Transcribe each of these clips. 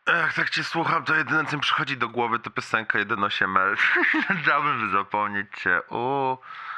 Jak tak cię słucham, to jedyne co mi przychodzi do głowy to piosenka 1.8L. Dałbym zapomnieć cię. O,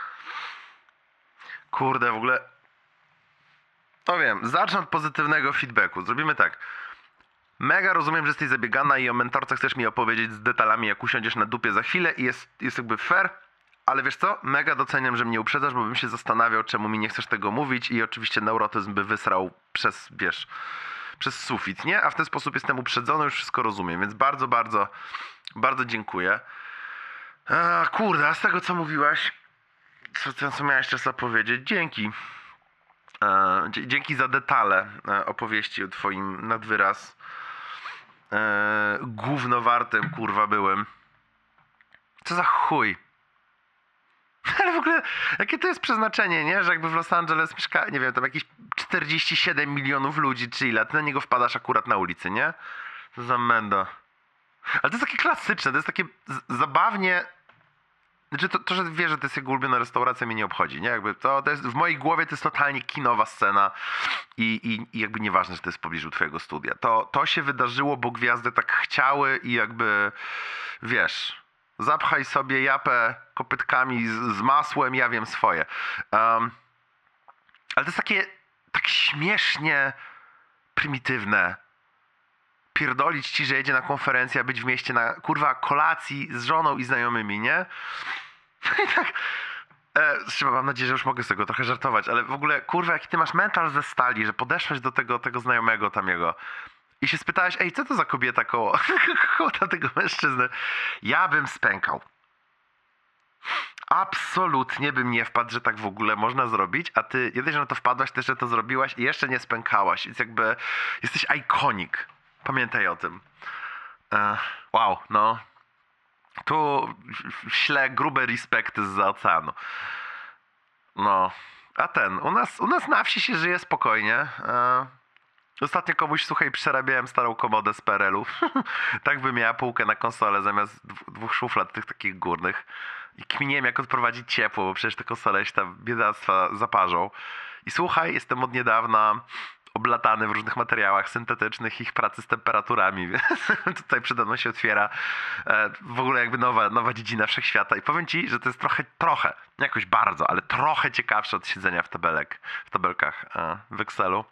kurde, w ogóle... No wiem, zacznę od pozytywnego feedbacku. Zrobimy tak. Mega rozumiem, że jesteś zabiegana i o mentorce chcesz mi opowiedzieć z detalami, jak usiądziesz na dupie za chwilę i jest jakby fair, ale wiesz co? Mega doceniam, że mnie uprzedzasz, bo bym się zastanawiał, czemu mi nie chcesz tego mówić i oczywiście neurotyzm by wysrał przez, wiesz, przez sufit, nie? A w ten sposób jestem uprzedzony, już wszystko rozumiem, więc bardzo, bardzo, bardzo dziękuję. Kurde, a z tego co mówiłaś, co miałeś czas opowiedzieć? Dzięki. Dzięki za detale opowieści o twoim nadwyraz gównowartym, kurwa, byłem. Co za chuj. Ale w ogóle, jakie to jest przeznaczenie, nie? Że jakby w Los Angeles mieszka, nie wiem, tam jakieś 47 milionów ludzi, czy ile, ty na niego wpadasz akurat na ulicy, nie? Co za mendo. Ale to jest takie klasyczne, to jest takie zabawnie... Znaczy to, że wie, że to jest jego ulubiona restauracja, mnie nie obchodzi, nie? Jakby to jest, w mojej głowie to jest totalnie kinowa scena i jakby nieważne, że to jest w pobliżu twojego studia. To się wydarzyło, bo gwiazdy tak chciały i jakby, wiesz, zapchaj sobie japę kopytkami z masłem, ja wiem swoje. Ale to jest takie tak śmiesznie prymitywne. Pierdolić ci, że jedzie na konferencję, a być w mieście na, kurwa, kolacji z żoną i znajomymi, nie? I tak, mam nadzieję, że już mogę z tego trochę żartować, ale w ogóle, kurwa, jaki ty masz mental ze stali, że podeszłeś do tego znajomego tam jego i się spytałeś, ej, co to za kobieta koło tamtego mężczyzny? Ja bym spękał. Absolutnie bym nie wpadł, że tak w ogóle można zrobić, a ty nie dość, że na to wpadłaś, też, że to zrobiłaś i jeszcze nie spękałaś, więc jakby jesteś iconic. Pamiętaj o tym. Wow, no. Tu ślę grube respekty zza oceanu. No. A u nas na wsi się żyje spokojnie. Ostatnio komuś, słuchaj, przerabiałem starą komodę z PRL-u. Tak by miała półkę na konsolę zamiast dwóch szuflad tych takich górnych. I kminiłem, jak odprowadzić ciepło, bo przecież te konsole się tam biedactwa zaparzą. I słuchaj, jestem od niedawna oblatany w różnych materiałach syntetycznych, ich pracy z temperaturami. Tutaj przede mną się otwiera w ogóle jakby nowa dziedzina wszechświata. I powiem ci, że to jest trochę, nie jakoś bardzo, ale trochę ciekawsze od siedzenia w tabelkach w Excelu.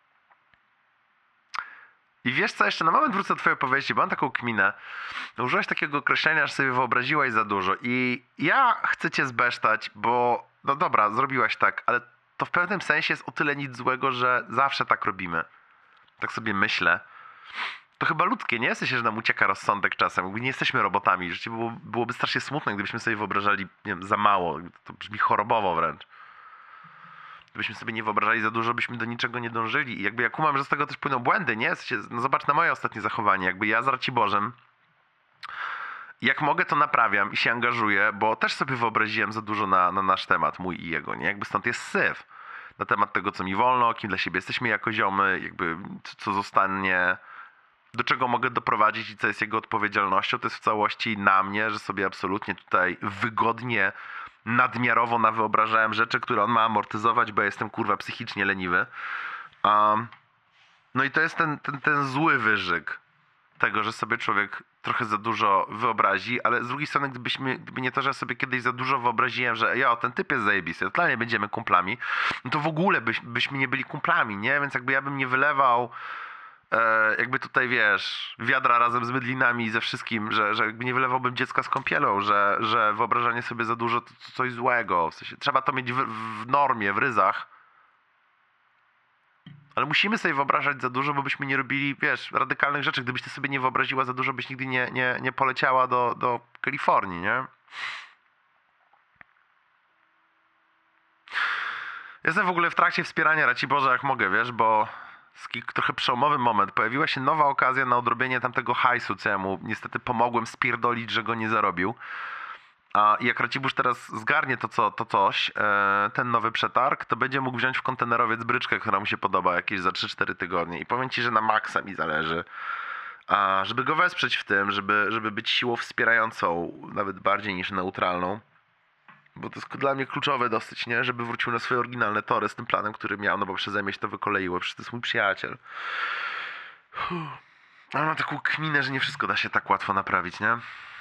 I wiesz co, jeszcze na moment wrócę do twojej opowieści, bo mam taką kminę. Użyłaś takiego określenia, że sobie wyobraziłaś za dużo. I ja chcę cię zbesztać, bo no dobra, zrobiłaś tak, ale to w pewnym sensie jest o tyle nic złego, że zawsze tak robimy. Tak sobie myślę. To chyba ludzkie, nie? W sensie, że nam ucieka rozsądek czasem. Jakby nie jesteśmy robotami. Życie byłoby strasznie smutne, gdybyśmy sobie wyobrażali, nie wiem, za mało. To brzmi chorobowo wręcz. Gdybyśmy sobie nie wyobrażali za dużo, byśmy do niczego nie dążyli. I jakby ja kumam, że z tego też płyną błędy, nie? W sensie, no zobacz na moje ostatnie zachowanie. Jakby ja z Raciborzem, jak mogę, to naprawiam i się angażuję, bo też sobie wyobraziłem za dużo na nasz temat, mój i jego, nie? Jakby stąd jest syf. Na temat tego, co mi wolno, kim dla siebie jesteśmy jako ziomy, jakby co zostanie, do czego mogę doprowadzić i co jest jego odpowiedzialnością, to jest w całości na mnie, że sobie absolutnie tutaj wygodnie, nadmiarowo nawyobrażałem rzeczy, które on ma amortyzować, bo ja jestem kurwa psychicznie leniwy. No i to jest ten zły wyżyk tego, że sobie człowiek trochę za dużo wyobrazi, ale z drugiej strony, gdyby nie to, że sobie kiedyś za dużo wyobraziłem, że ja, ten typ jest zajebisty, totalnie będziemy kumplami, no to w ogóle byśmy nie byli kumplami, nie? Więc jakby ja bym nie wylewał jakby tutaj, wiesz, wiadra razem z mydlinami i ze wszystkim, że jakby nie wylewałbym dziecka z kąpielą, że wyobrażanie sobie za dużo to coś złego. W sensie, trzeba to mieć w normie, w ryzach. Ale musimy sobie wyobrażać za dużo, bo byśmy nie robili, wiesz, radykalnych rzeczy. Gdybyś ty sobie nie wyobraziła za dużo, byś nigdy nie poleciała do Kalifornii, nie? Jestem w ogóle w trakcie wspierania Raciborza jak mogę, wiesz, bo trochę przełomowy moment. Pojawiła się nowa okazja na odrobienie tamtego hajsu, co ja mu niestety pomogłem spierdolić, że go nie zarobił. A jak Racibórz teraz zgarnie ten nowy przetarg, to będzie mógł wziąć w kontenerowiec bryczkę, która mu się podoba, jakieś za 3-4 tygodnie. I powiem ci, że na maksa mi zależy. A żeby go wesprzeć w tym, żeby być siłą wspierającą, nawet bardziej niż neutralną. Bo to jest dla mnie kluczowe dosyć, nie? Żeby wrócił na swoje oryginalne tory z tym planem, który miał, no bo przeze mnie się to wykoleiło, przecież to jest mój przyjaciel. Ale mam taką kminę, że nie wszystko da się tak łatwo naprawić, nie?